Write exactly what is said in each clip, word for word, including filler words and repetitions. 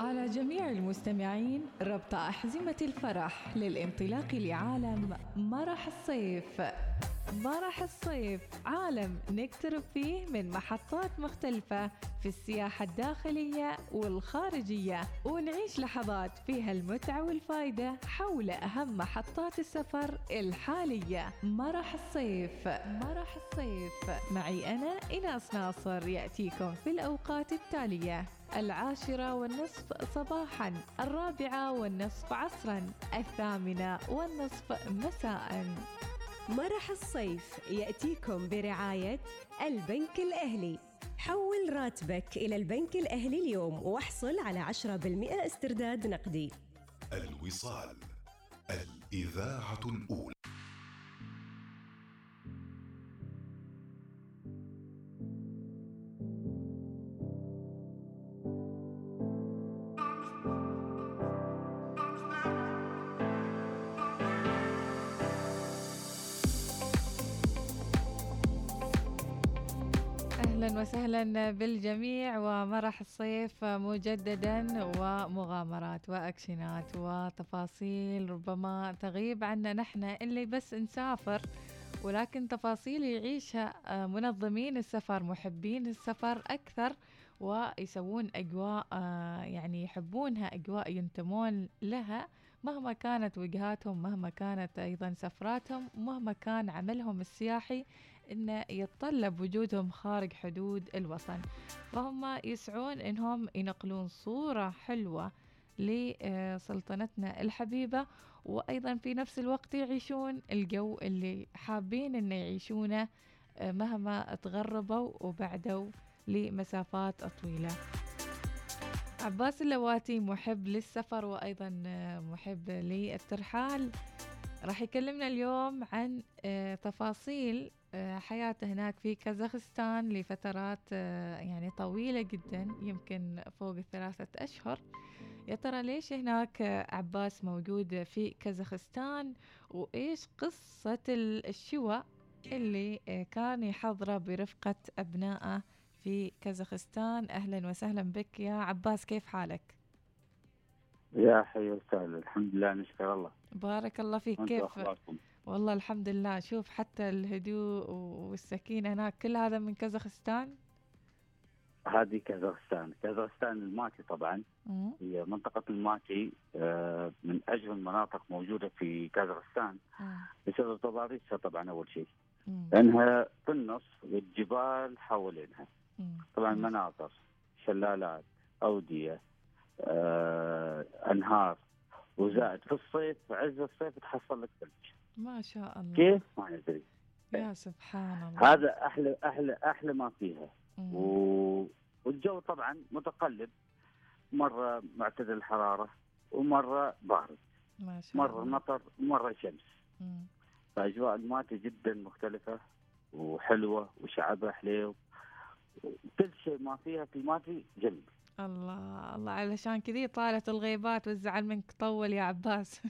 على جميع المستمعين ربط أحزمة الفرح للانطلاق لعالم مرح الصيف. مرح الصيف عالم نقترب فيه من محطات مختلفة في السياحة الداخلية والخارجية، ونعيش لحظات فيها المتعة والفائدة حول أهم محطات السفر الحالية. مرح الصيف. مرح الصيف معي أنا إناس ناصر، يأتيكم في الأوقات التالية: العاشرة والنصف صباحا، الرابعة والنصف عصرا، الثامنة والنصف مساء. مرح الصيف يأتيكم برعاية البنك الأهلي. حول راتبك إلى البنك الأهلي اليوم واحصل على عشرة بالمئة استرداد نقدي. الوصال، الإذاعة الأولى. أهلا وسهلا بالجميع، ومرح الصيف مجددا، ومغامرات وأكشنات وتفاصيل ربما تغيب عنا نحن اللي بس نسافر، ولكن تفاصيل يعيشها منظمين السفر، محبين السفر أكثر، ويسوون أجواء يعني يحبونها، أجواء ينتمون لها مهما كانت وجهاتهم، مهما كانت أيضا سفراتهم، مهما كان عملهم السياحي إنه يتطلب وجودهم خارج حدود الوطن. فهم يسعون إنهم ينقلون صورة حلوة لسلطنتنا الحبيبة، وأيضا في نفس الوقت يعيشون الجو اللي حابين إن يعيشونه مهما تغربوا وبعدوا لمسافات طويلة. عباس اللواتي محب للسفر وأيضا محب للترحال، راح يكلمنا اليوم عن تفاصيل حياته هناك في كازاخستان لفترات يعني طويلة جدا، يمكن فوق الثلاثة أشهر. يا ترى ليش هناك عباس موجود في كازاخستان، وإيش قصة الشواء اللي كان يحضره برفقة أبنائه في كازاخستان؟ أهلا وسهلا بك يا عباس، كيف حالك؟ يا حي وسهلا، الحمد لله نشكر الله. بارك الله فيك. كيف أخباركم؟ والله الحمد لله. شوف حتى الهدوء والسكينة هناك، كل هذا من كازاخستان. هذه كازاخستان، كازاخستان الماتي طبعا. مم. هي منطقة الماتي من أجمل المناطق موجودة في كازاخستان بسبب تضاريسها طبعا. أول شيء لأنها في النص والجبال حوالينها، طبعا مناظر، شلالات، أودية، آه، أنهار، وزائد في الصيف، في عز الصيف تحصل لك ثلج. ما شاء الله. كيف ما ندري. يا سبحان الله. هذا أحلى أحلى أحلى ما فيها. و... والجو طبعا متقلب، مرة معتدل الحرارة ومرة بارد، ما شاء مرة الله. مطر ومرة شمس. مم. فأجواء الماتي جدا مختلفة وحلوة وشعبها حليو، كل شيء ما فيها في الماتي جميل. الله الله، علشان كذي طالت الغيبات والزعل منك طول يا عباس.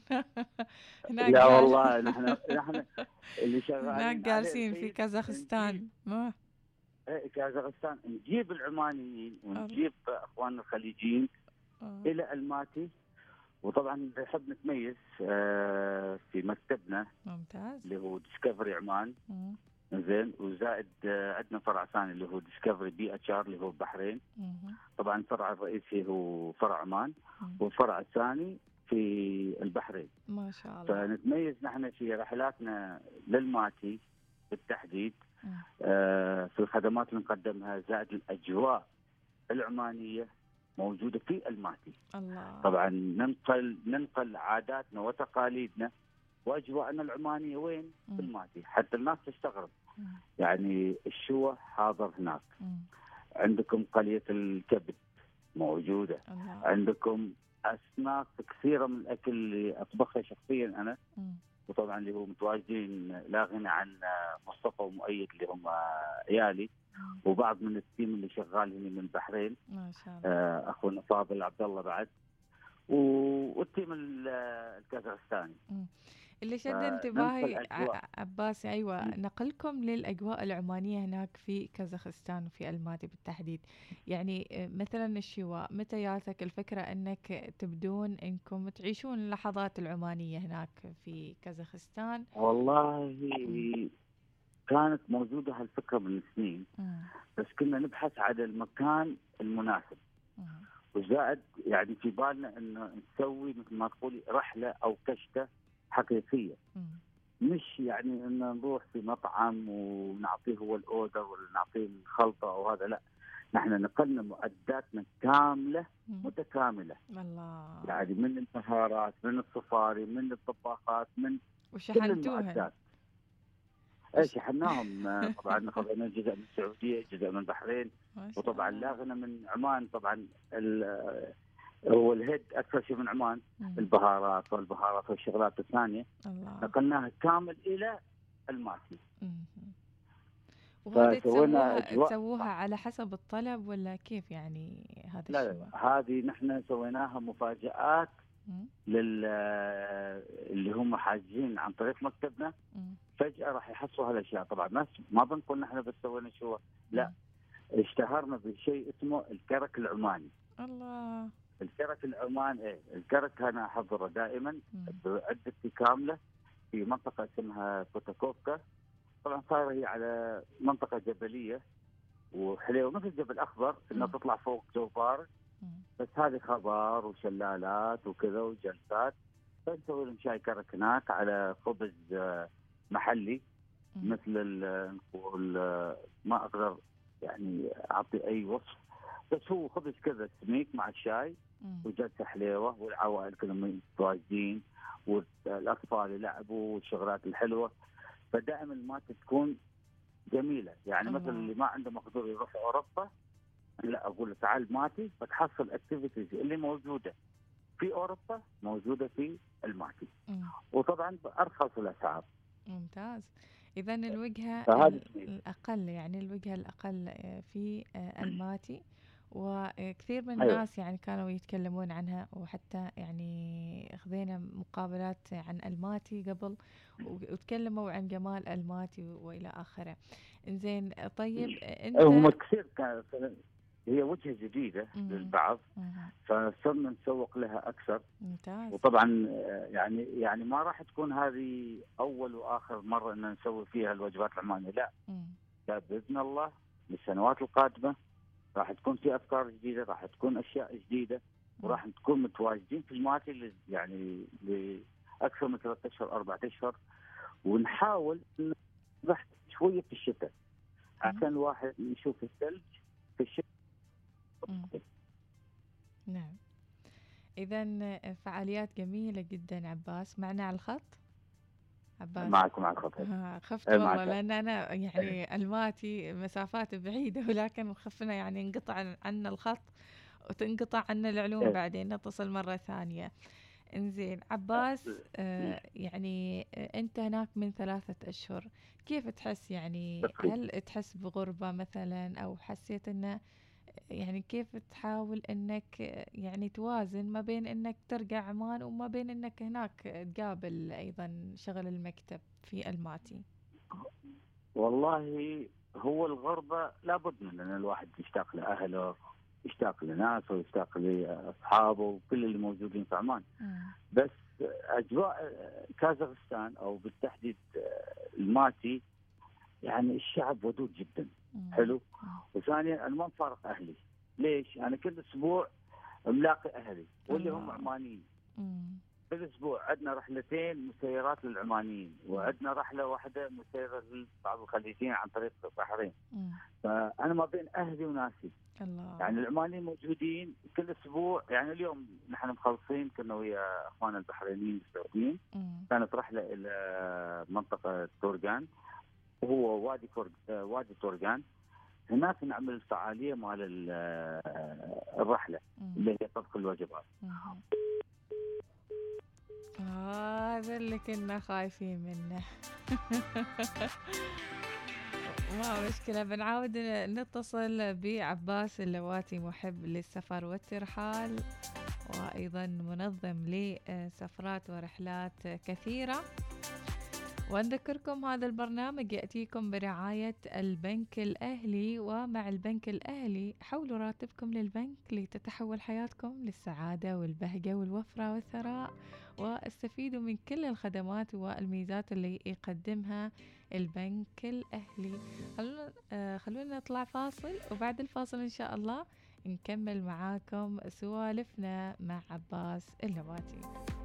لا والله نحن نحن اللي شغالين هناك جالسين في كازاخستان. ما كازاخستان نجيب العمانيين ونجيب اخواننا الخليجيين أوه. الى الماتي، وطبعا نحب نتميز في مكتبنا ممتاز اللي هو ديسكفري عمان. مم. زين، وزائد عندنا فرع ثاني اللي هو ديسكفري بي اتش ار اللي هو البحرين. مم. طبعا الفرع الرئيسي هو فرع عمان، مم. والفرع الثاني في البحرين. ما شاء الله. فنتميز نحن في رحلاتنا للماتي بالتحديد آه في الخدمات اللي نقدمها، زائد الأجواء العمانية موجودة في الماتي. الله. طبعا ننقل ننقل عاداتنا وتقاليدنا وأجواءنا العمانية وين؟ مم. في الماتي، حتى الناس تستغرب. مم. يعني الشوى حاضر هناك. مم. عندكم قلية الكبد موجودة. الله. عندكم أصناف كثيرة من الأكل اللي أطبخها شخصيا أنا. مم. وطبعا اللي هو متواجدين لا غنى عن مصطفى ومؤيد اللي هم عيالي، وبعض من التيم اللي شغال هنا من البحرين. ما شاء الله. اخونا فاضل عبد الله بعد، والتيم الكازاخستاني. اللي شد انتباهي عباس أيوة نقلكم للأجواء العمانية هناك في كازاخستان وفي الماتي بالتحديد. يعني مثلا الشواء، متى جاتك الفكرة أنك تبدون أنكم تعيشون اللحظات العمانية هناك في كازاخستان؟ والله كانت موجودة هالفكرة من سنين، بس كنا نبحث على المكان المناسب، وزائد يعني في بالنا انه نسوي مثل ما تقولي رحله او كشته حقيقيه، مم. مش يعني ان نروح في مطعم ونعطيه هو الاوردر ولا نعطيه الخلطه او هذا، لا، نحن نقلنا معداتنا كامله مم. متكامله. الله. يعني من البهارات، من الصفاري، من الطباخات، من كل المعدات. ايش شحناهم طبعا، خذنا جزء من السعوديه، جزء من البحرين، وطبعا لا غنى من عمان. طبعا هو الهيد اكثر شيء من عمان، مم. البهارات والبهارات والشغلات الثانيه الله. نقلناها كامل الى الماسي. وهذه تسووها تسووها على حسب الطلب ولا كيف يعني هذا لا الشيء؟ لا، هذه نحن سويناها مفاجآت لل اللي هم حاجين عن طريق مكتبنا. مم. فجأة راح يحصلوا هالاشياء. طبعا ما ما بنقول نحن بس سوينا شو، لا، اشتهرنا بشيء اسمه الكرك العماني. الله. الكرك العماني، ايه الكرك انا احضره دائما بعدتي كامله في منطقه اسمها كوتاكوفكا. طبعا صار هي على منطقه جبليه وحليوه مثل جبل اخضر، انها تطلع فوق جو بارد، بس هذه خضار وشلالات وكذا وجلسات. فنسوي لهم شاي كرك هناك على خبز محلي، مم. مثل نقول ما اقدر يعني اعطي اي وصف، بس هو خبز كذا سميك مع الشاي وجلسه حليوه، والعوائل كلهم متواجدين والاطفال يلعبوا والشغلات الحلوه. فدائما المات تكون جميله. يعني الله. مثلا اللي ما عنده مقدور يروح اوروبا، لا اقول له تعال ماتي، فتحصل الاكتيفيتيز اللي موجوده في اوروبا موجوده في الماتي، مم. وطبعا بارخص الاسعار. ممتاز. إذا الوجهة الأقل، يعني الوجهة الأقل في الماتي، وكثير من أيوة. الناس يعني كانوا يتكلمون عنها، وحتى يعني خذينا مقابلات عن الماتي قبل وتكلموا عن جمال الماتي وإلى آخره. إنزين طيب أنت هم كثير كان هي وجهة جديدة مم. للبعض، مم. فصرنا نسوق لها أكثر. ممتاز. وطبعا يعني يعني ما راح تكون هذه أول وآخر مرة أن نسوي فيها الوجبات العمانية، لا. مم. لا بإذن الله بالسنوات القادمة راح تكون في أفكار جديدة، راح تكون أشياء جديدة، وراح نكون متواجدين في الماتي يعني لأكثر من ثلاثة أشهر أربعة أشهر، ونحاول نروح شوية في الشتاء عشان الواحد يشوف الثلج في الشتاء. نعم. إذن فعاليات جميلة جدا. عباس معنا على الخط؟ عباس معكم على الخط. آه خفت والله، لأن أنا يعني الماتي مسافات بعيدة، ولكن خفنا يعني ينقطع عنا الخط وتنقطع عنا العلوم، بعدين نتصل مرة ثانية. انزين عباس، آه يعني أنت هناك من ثلاثة أشهر، كيف تحس يعني؟ هل تحس بغربة مثلا، أو حسيت أنه يعني كيف تحاول انك يعني توازن ما بين انك ترجع عمان وما بين انك هناك تقابل ايضا شغل المكتب في الماتي؟ والله هو الغربة لابد من ان الواحد يشتاق لاهله، يشتاق لناسه، ويشتاق لاصحابه وكل اللي موجودين في عمان. بس اجواء كازاخستان او بالتحديد الماتي، يعني الشعب ودود جدا. مم. حلو. وثانيا انا ما مفارق اهلي. ليش؟ انا كل اسبوع ملاقي اهلي واللي هم عمانيين. كل اسبوع عندنا رحلتين مسيرات للعمانيين، وعندنا رحله واحده مسيره لبعض الخليجيين عن طريق البحرين. فانا ما بين اهلي وناسي. الله. يعني العمانيين موجودين كل اسبوع. يعني اليوم نحن مخلصين كنا ويا اخواننا البحرينيين السعوديين، كانت رحله الى منطقه تورغان، وهو وادي كورج... وادي تورغان. هناك نعمل الفعاليه مال الرحله اللي هي طبخ الوجبات. هذا اللي كنا خايفين منه. ما مشكلة، بنعاود نتصل بعباس اللواتي، محب للسفر والترحال، وأيضا منظم لسفرات ورحلات كثيرة. ونذكركم هذا البرنامج يأتيكم برعاية البنك الأهلي، ومع البنك الأهلي حولوا راتبكم للبنك لتتحول حياتكم للسعادة والبهجة والوفرة والثراء، واستفيدوا من كل الخدمات والميزات اللي يقدمها البنك الأهلي. خلونا, آه خلونا نطلع فاصل، وبعد الفاصل إن شاء الله نكمل معاكم سوالفنا مع عباس النباتي.